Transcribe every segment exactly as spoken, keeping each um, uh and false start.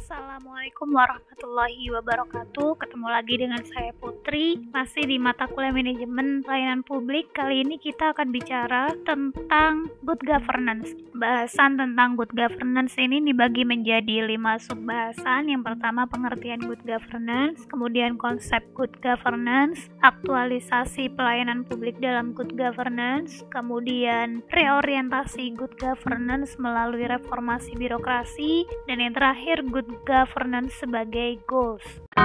Assalamualaikum warahmatullahi wabarakatuh. Ketemu lagi dengan saya Putri, masih di mata kuliah manajemen pelayanan publik. Kali ini kita akan bicara tentang good governance. Bahasan tentang good governance ini dibagi menjadi lima subbahasan. Yang pertama pengertian good governance, kemudian konsep good governance, aktualisasi pelayanan publik dalam good governance, kemudian reorientasi good governance melalui reformasi birokrasi, dan yang terakhir good governance sebagai goals.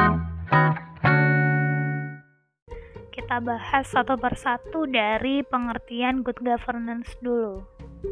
Kita bahas satu persatu dari pengertian good governance dulu.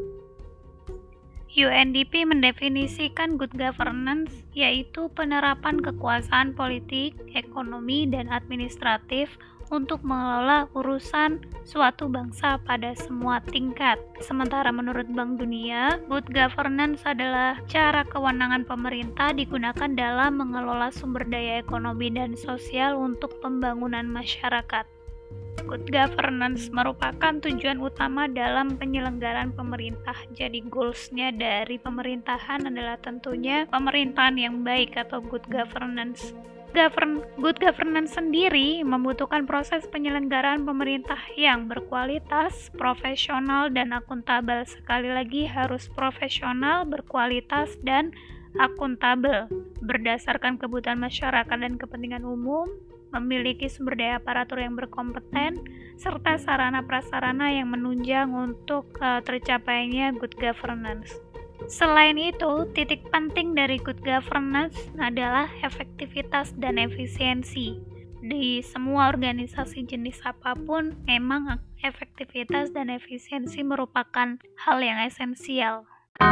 U N D P mendefinisikan good governance yaitu penerapan kekuasaan politik, ekonomi, dan administratif untuk mengelola urusan suatu bangsa pada semua tingkat. Sementara menurut Bank Dunia, good governance adalah cara kewenangan pemerintah digunakan dalam mengelola sumber daya ekonomi dan sosial untuk pembangunan masyarakat. Good governance merupakan tujuan utama dalam penyelenggaraan pemerintah. Jadi goals-nya dari pemerintahan adalah tentunya pemerintahan yang baik atau good governance. Govern, good governance sendiri membutuhkan proses penyelenggaraan pemerintah yang berkualitas, profesional, dan akuntabel. Sekali lagi harus profesional, berkualitas, dan akuntabel, berdasarkan kebutuhan masyarakat dan kepentingan umum, memiliki sumber daya aparatur yang berkompeten, serta sarana prasarana yang menunjang untuk uh, tercapainya good governance. Selain itu, titik penting dari good governance adalah efektivitas dan efisiensi. Di semua organisasi jenis apapun, memang efektivitas dan efisiensi merupakan hal yang esensial.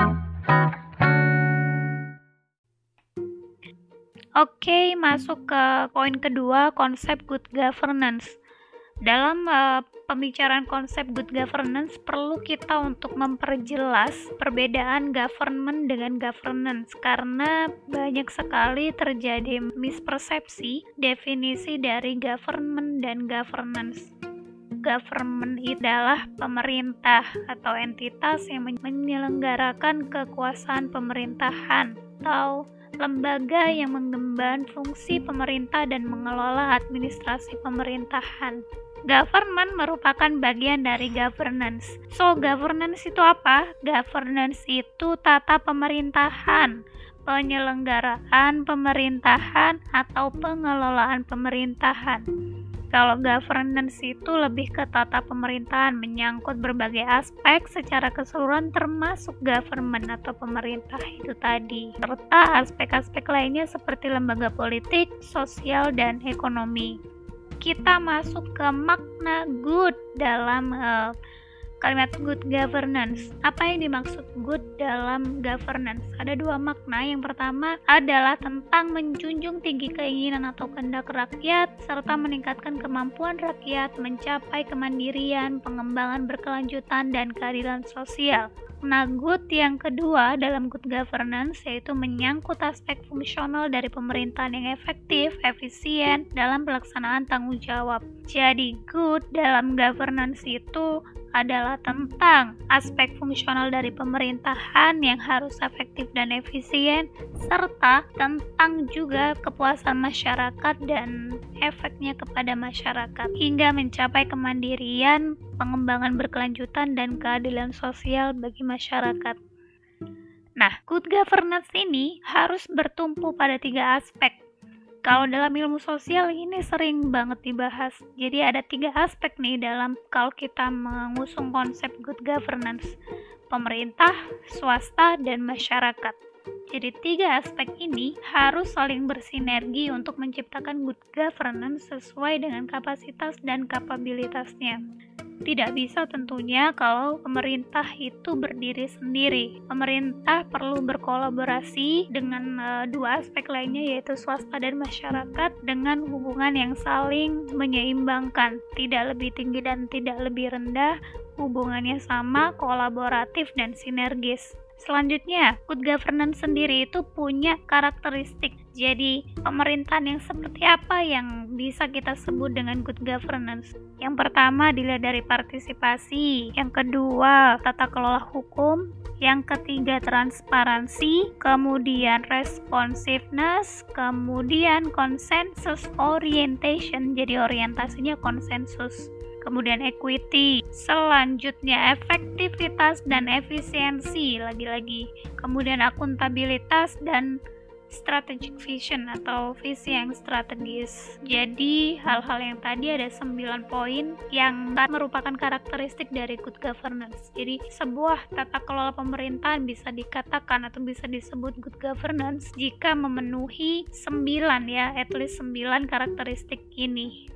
Oke, masuk ke poin kedua, konsep good governance. Dalam uh, pembicaraan konsep good governance, perlu kita untuk memperjelas perbedaan government dengan governance, karena banyak sekali terjadi mispersepsi definisi dari government dan governance. Government adalah pemerintah atau entitas yang menyelenggarakan kekuasaan pemerintahan atau lembaga yang mengemban fungsi pemerintah dan mengelola administrasi pemerintahan. Government merupakan bagian dari governance. So, governance itu apa? Governance itu tata pemerintahan, penyelenggaraan pemerintahan, atau pengelolaan pemerintahan. Kalau governance itu lebih ke tata pemerintahan, menyangkut berbagai aspek secara keseluruhan termasuk government atau pemerintah itu tadi, serta aspek-aspek lainnya seperti lembaga politik, sosial, dan ekonomi. Kita masuk ke makna good dalam uh, kalimat good governance. Apa yang dimaksud good dalam governance? Ada dua makna. Yang pertama adalah tentang menjunjung tinggi keinginan atau kehendak rakyat, serta meningkatkan kemampuan rakyat mencapai kemandirian, pengembangan berkelanjutan, dan keadilan sosial. Nah, good yang kedua dalam good governance yaitu menyangkut aspek fungsional dari pemerintahan yang efektif, efisien dalam pelaksanaan tanggung jawab. Jadi, good dalam governance itu adalah tentang aspek fungsional dari pemerintahan yang harus efektif dan efisien, serta tentang juga kepuasan masyarakat dan efeknya kepada masyarakat, hingga mencapai kemandirian, pengembangan berkelanjutan, dan keadilan sosial bagi masyarakat. Nah, good governance ini harus bertumpu pada tiga aspek. Kalau dalam ilmu sosial ini sering banget dibahas. Jadi ada tiga aspek nih dalam kalau kita mengusung konsep good governance: pemerintah, swasta, dan masyarakat. Jadi tiga aspek ini harus saling bersinergi untuk menciptakan good governance sesuai dengan kapasitas dan kapabilitasnya. Tidak bisa tentunya kalau pemerintah itu berdiri sendiri. Pemerintah perlu berkolaborasi dengan uh, dua aspek lainnya yaitu swasta dan masyarakat dengan hubungan yang saling menyeimbangkan, tidak lebih tinggi dan tidak lebih rendah, hubungannya sama, kolaboratif, dan sinergis. Selanjutnya, good governance sendiri itu punya karakteristik. Jadi, pemerintahan yang seperti apa yang bisa kita sebut dengan good governance? Yang pertama dilihat dari partisipasi, yang kedua tata kelola hukum, yang ketiga transparansi, kemudian responsiveness, kemudian consensus orientation, jadi orientasinya konsensus, kemudian equity, selanjutnya efektivitas dan efisiensi lagi-lagi, kemudian akuntabilitas dan strategic vision atau visi yang strategis. Jadi hal-hal yang tadi ada sembilan poin yang merupakan karakteristik dari good governance. Jadi sebuah tata kelola pemerintahan bisa dikatakan atau bisa disebut good governance jika memenuhi sembilan ya, at least sembilan karakteristik ini.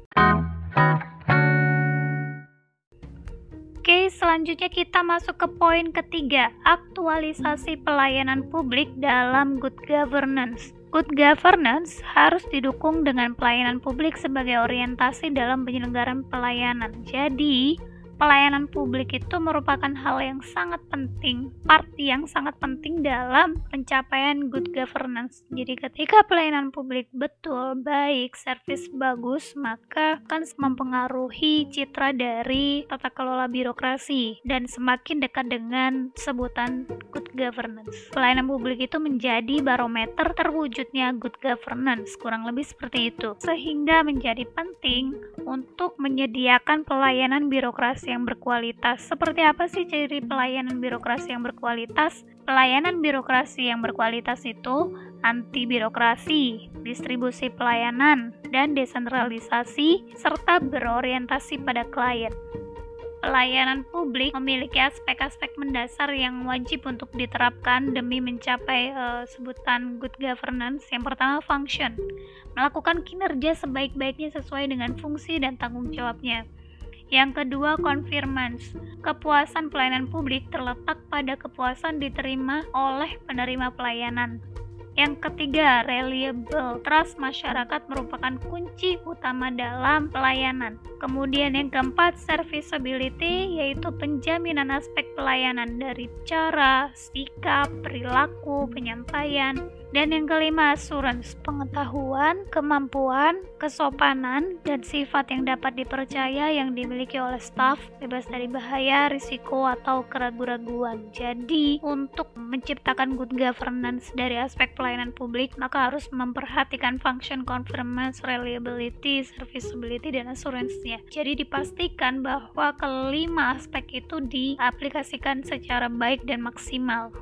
Oke, selanjutnya kita masuk ke poin ketiga, aktualisasi pelayanan publik dalam good governance. Good governance harus didukung dengan pelayanan publik sebagai orientasi dalam penyelenggaraan pelayanan. Jadi, pelayanan publik itu merupakan hal yang sangat penting, part yang sangat penting dalam pencapaian good governance. Jadi ketika pelayanan publik betul, baik, servis bagus, maka akan mempengaruhi citra dari tata kelola birokrasi dan semakin dekat dengan sebutan good governance. Pelayanan publik itu menjadi barometer terwujudnya good governance, kurang lebih seperti itu. Sehingga menjadi penting untuk menyediakan pelayanan birokrasi yang berkualitas. Seperti apa sih ciri pelayanan birokrasi yang berkualitas? Pelayanan birokrasi yang berkualitas itu anti birokrasi, distribusi pelayanan, dan desentralisasi, serta berorientasi pada klien. Pelayanan publik memiliki aspek-aspek mendasar yang wajib untuk diterapkan demi mencapai uh, sebutan good governance. Yang pertama, function. Melakukan kinerja sebaik-baiknya sesuai dengan fungsi dan tanggung jawabnya. Yang kedua, confirmance. Kepuasan pelayanan publik terletak pada kepuasan diterima oleh penerima pelayanan. Yang ketiga, reliable. Trust masyarakat merupakan kunci utama dalam pelayanan. Kemudian yang keempat, serviceability, yaitu penjaminan aspek pelayanan dari cara, sikap, perilaku, penyampaian. Dan yang kelima, assurance, pengetahuan, kemampuan, kesopanan, dan sifat yang dapat dipercaya yang dimiliki oleh staf, bebas dari bahaya, risiko, atau keraguan-raguan. Jadi, untuk menciptakan good governance dari aspek pelayanan publik, maka harus memperhatikan function, confirmance, reliability, serviceability, dan assurance-nya. Jadi, dipastikan bahwa kelima aspek itu diaplikasikan secara baik dan maksimal.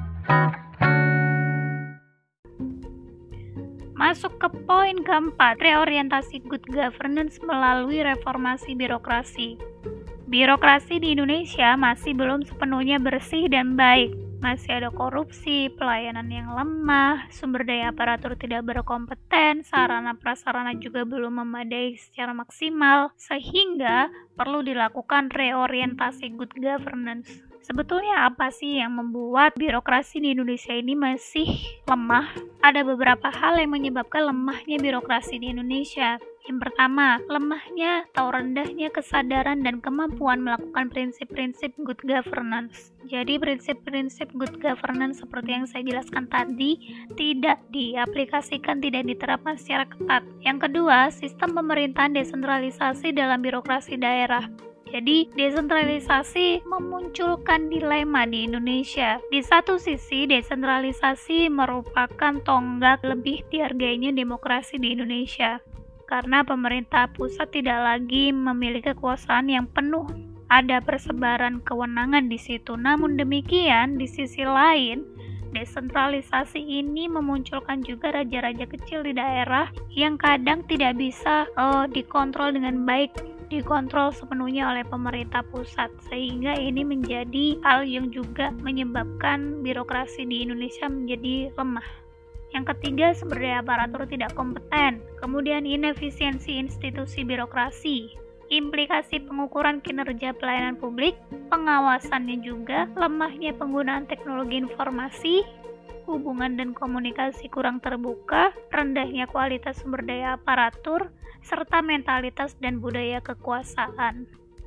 Masuk ke poin keempat, reorientasi good governance melalui reformasi birokrasi. Birokrasi di Indonesia masih belum sepenuhnya bersih dan baik. Masih ada korupsi, pelayanan yang lemah, sumber daya aparatur tidak berkompeten, sarana prasarana juga belum memadai secara maksimal, sehingga perlu dilakukan reorientasi good governance. Sebetulnya apa sih yang membuat birokrasi di Indonesia ini masih lemah? Ada beberapa hal yang menyebabkan lemahnya birokrasi di Indonesia. Yang pertama, lemahnya atau rendahnya kesadaran dan kemampuan melakukan prinsip-prinsip good governance. Jadi prinsip-prinsip good governance seperti yang saya jelaskan tadi tidak diaplikasikan, tidak diterapkan secara ketat. Yang kedua, sistem pemerintahan desentralisasi dalam birokrasi daerah. Jadi, desentralisasi memunculkan dilema di Indonesia. Di satu sisi, desentralisasi merupakan tonggak lebih dihargainya demokrasi di Indonesia. Karena pemerintah pusat tidak lagi memiliki kekuasaan yang penuh. Ada persebaran kewenangan di situ. Namun demikian, di sisi lain, desentralisasi ini memunculkan juga raja-raja kecil di daerah yang kadang tidak bisa uh, dikontrol dengan baik, dikontrol sepenuhnya oleh pemerintah pusat, sehingga ini menjadi hal yang juga menyebabkan birokrasi di Indonesia menjadi lemah. Yang ketiga, sumber daya aparatur tidak kompeten. Kemudian inefisiensi institusi birokrasi. Implikasi pengukuran kinerja pelayanan publik, pengawasannya juga, lemahnya penggunaan teknologi informasi, hubungan dan komunikasi kurang terbuka, rendahnya kualitas sumber daya aparatur, serta mentalitas dan budaya kekuasaan.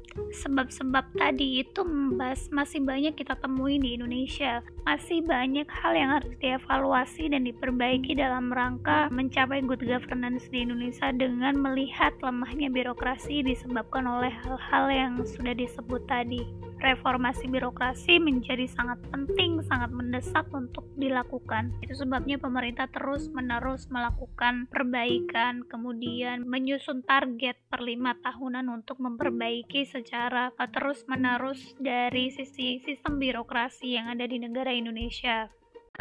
sebab-sebab tadi itu membahas masih banyak kita temui di Indonesia. Masih banyak hal yang harus dievaluasi dan diperbaiki dalam rangka mencapai good governance di Indonesia dengan melihat lemahnya birokrasi disebabkan oleh hal-hal yang sudah disebut tadi. Reformasi birokrasi menjadi sangat penting, sangat mendesak untuk dilakukan. Itu sebabnya pemerintah terus-menerus melakukan perbaikan, kemudian menyusun target per lima tahunan untuk memperbaiki secara terus-menerus dari sisi sistem birokrasi yang ada di negara Indonesia.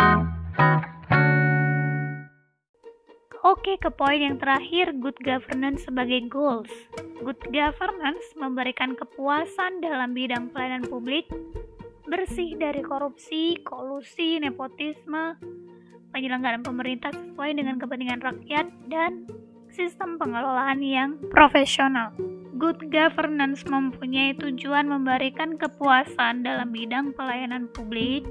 Oke, ke poin yang terakhir, good governance sebagai goals. Good governance memberikan kepuasan dalam bidang pelayanan publik, bersih dari korupsi, kolusi, nepotisme, penyelenggaraan pemerintah sesuai dengan kepentingan rakyat, dan sistem pengelolaan yang profesional. Good governance mempunyai tujuan memberikan kepuasan dalam bidang pelayanan publik,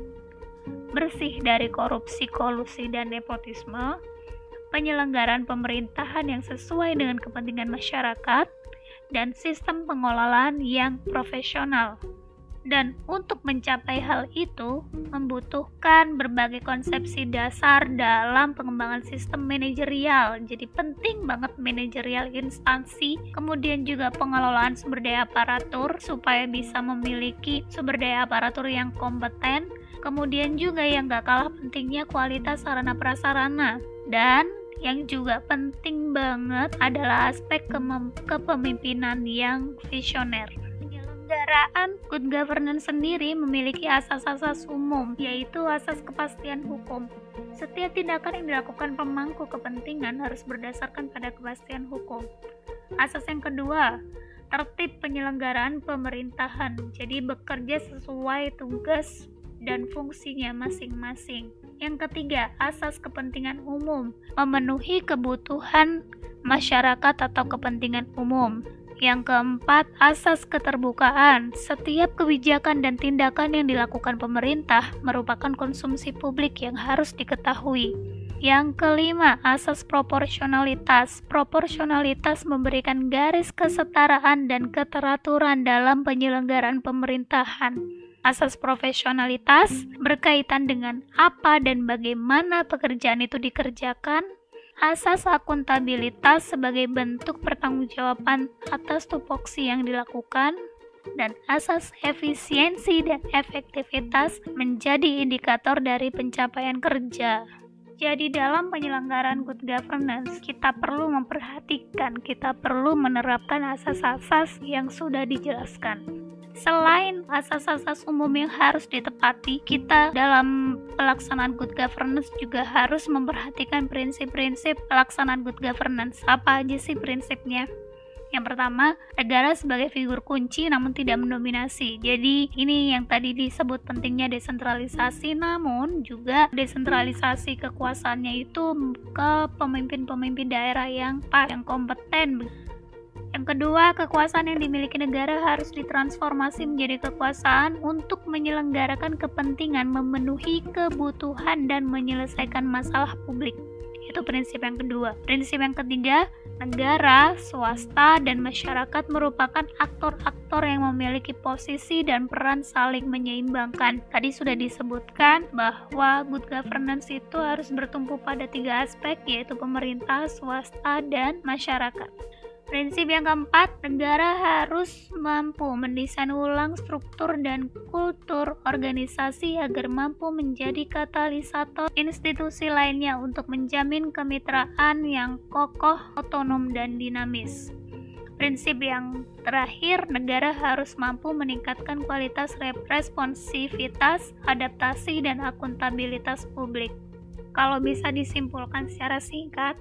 bersih dari korupsi, kolusi, dan nepotisme, penyelenggaraan pemerintahan yang sesuai dengan kepentingan masyarakat, dan sistem pengelolaan yang profesional. Dan untuk mencapai hal itu, membutuhkan berbagai konsepsi dasar dalam pengembangan sistem manajerial. Jadi penting banget manajerial instansi, kemudian juga pengelolaan sumber daya aparatur supaya bisa memiliki sumber daya aparatur yang kompeten, kemudian juga yang gak kalah pentingnya kualitas sarana prasarana. Dan yang juga penting banget adalah aspek ke- kepemimpinan yang visioner. Penyelenggaraan good governance sendiri memiliki asas-asas umum, yaitu asas kepastian hukum. Setiap tindakan yang dilakukan pemangku kepentingan harus berdasarkan pada kepastian hukum. Asas yang kedua, tertib penyelenggaraan pemerintahan, jadi bekerja sesuai tugas dan fungsinya masing-masing. Yang ketiga, asas kepentingan umum, memenuhi kebutuhan masyarakat atau kepentingan umum. Yang keempat, asas keterbukaan, setiap kebijakan dan tindakan yang dilakukan pemerintah merupakan konsumsi publik yang harus diketahui. Yang kelima, asas proporsionalitas. Proporsionalitas memberikan garis kesetaraan dan keteraturan dalam penyelenggaraan pemerintahan. Asas profesionalitas berkaitan dengan apa dan bagaimana pekerjaan itu dikerjakan. Asas akuntabilitas sebagai bentuk pertanggungjawaban atas tupoksi yang dilakukan. Dan asas efisiensi dan efektivitas menjadi indikator dari pencapaian kerja. Jadi dalam penyelenggaraan good governance, kita perlu memperhatikan, kita perlu menerapkan asas-asas yang sudah dijelaskan. Selain asas-asas umum yang harus ditepati, kita dalam pelaksanaan good governance juga harus memperhatikan prinsip-prinsip pelaksanaan good governance. Apa aja sih prinsipnya? Yang pertama, negara sebagai figur kunci namun tidak mendominasi. Jadi ini yang tadi disebut pentingnya desentralisasi, namun juga desentralisasi kekuasaannya itu ke pemimpin-pemimpin daerah yang yang kompeten. Yang kedua, kekuasaan yang dimiliki negara harus ditransformasi menjadi kekuasaan untuk menyelenggarakan kepentingan, memenuhi kebutuhan, dan menyelesaikan masalah publik. Itu prinsip yang kedua. Prinsip yang ketiga, negara, swasta, dan masyarakat merupakan aktor-aktor yang memiliki posisi dan peran saling menyeimbangkan. Tadi sudah disebutkan bahwa good governance itu harus bertumpu pada tiga aspek, yaitu pemerintah, swasta, dan masyarakat. Prinsip yang keempat, negara harus mampu mendesain ulang struktur dan kultur organisasi agar mampu menjadi katalisator institusi lainnya untuk menjamin kemitraan yang kokoh, otonom, dan dinamis. Prinsip yang terakhir, negara harus mampu meningkatkan kualitas responsivitas, adaptasi, dan akuntabilitas publik. Kalau bisa disimpulkan secara singkat,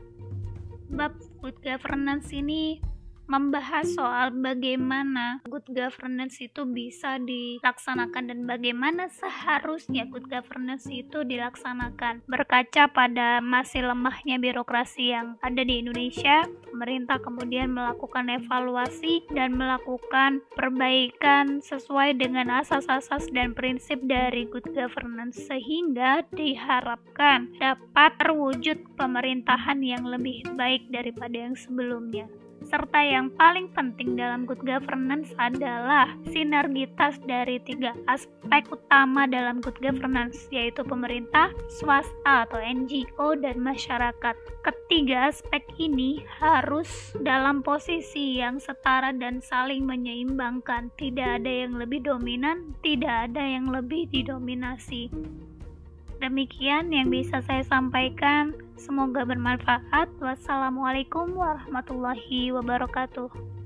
bab good governance ini membahas soal bagaimana good governance itu bisa dilaksanakan dan bagaimana seharusnya good governance itu dilaksanakan. Berkaca pada masih lemahnya birokrasi yang ada di Indonesia, pemerintah kemudian melakukan evaluasi dan melakukan perbaikan sesuai dengan asas-asas dan prinsip dari good governance sehingga diharapkan dapat terwujud pemerintahan yang lebih baik daripada yang sebelumnya. Serta yang paling penting dalam good governance adalah sinergitas dari tiga aspek utama dalam good governance, yaitu pemerintah, swasta atau N G O, dan masyarakat. Ketiga aspek ini harus dalam posisi yang setara dan saling menyeimbangkan. Tidak ada yang lebih dominan, tidak ada yang lebih didominasi. Demikian yang bisa saya sampaikan. Semoga bermanfaat. Wassalamualaikum warahmatullahi wabarakatuh.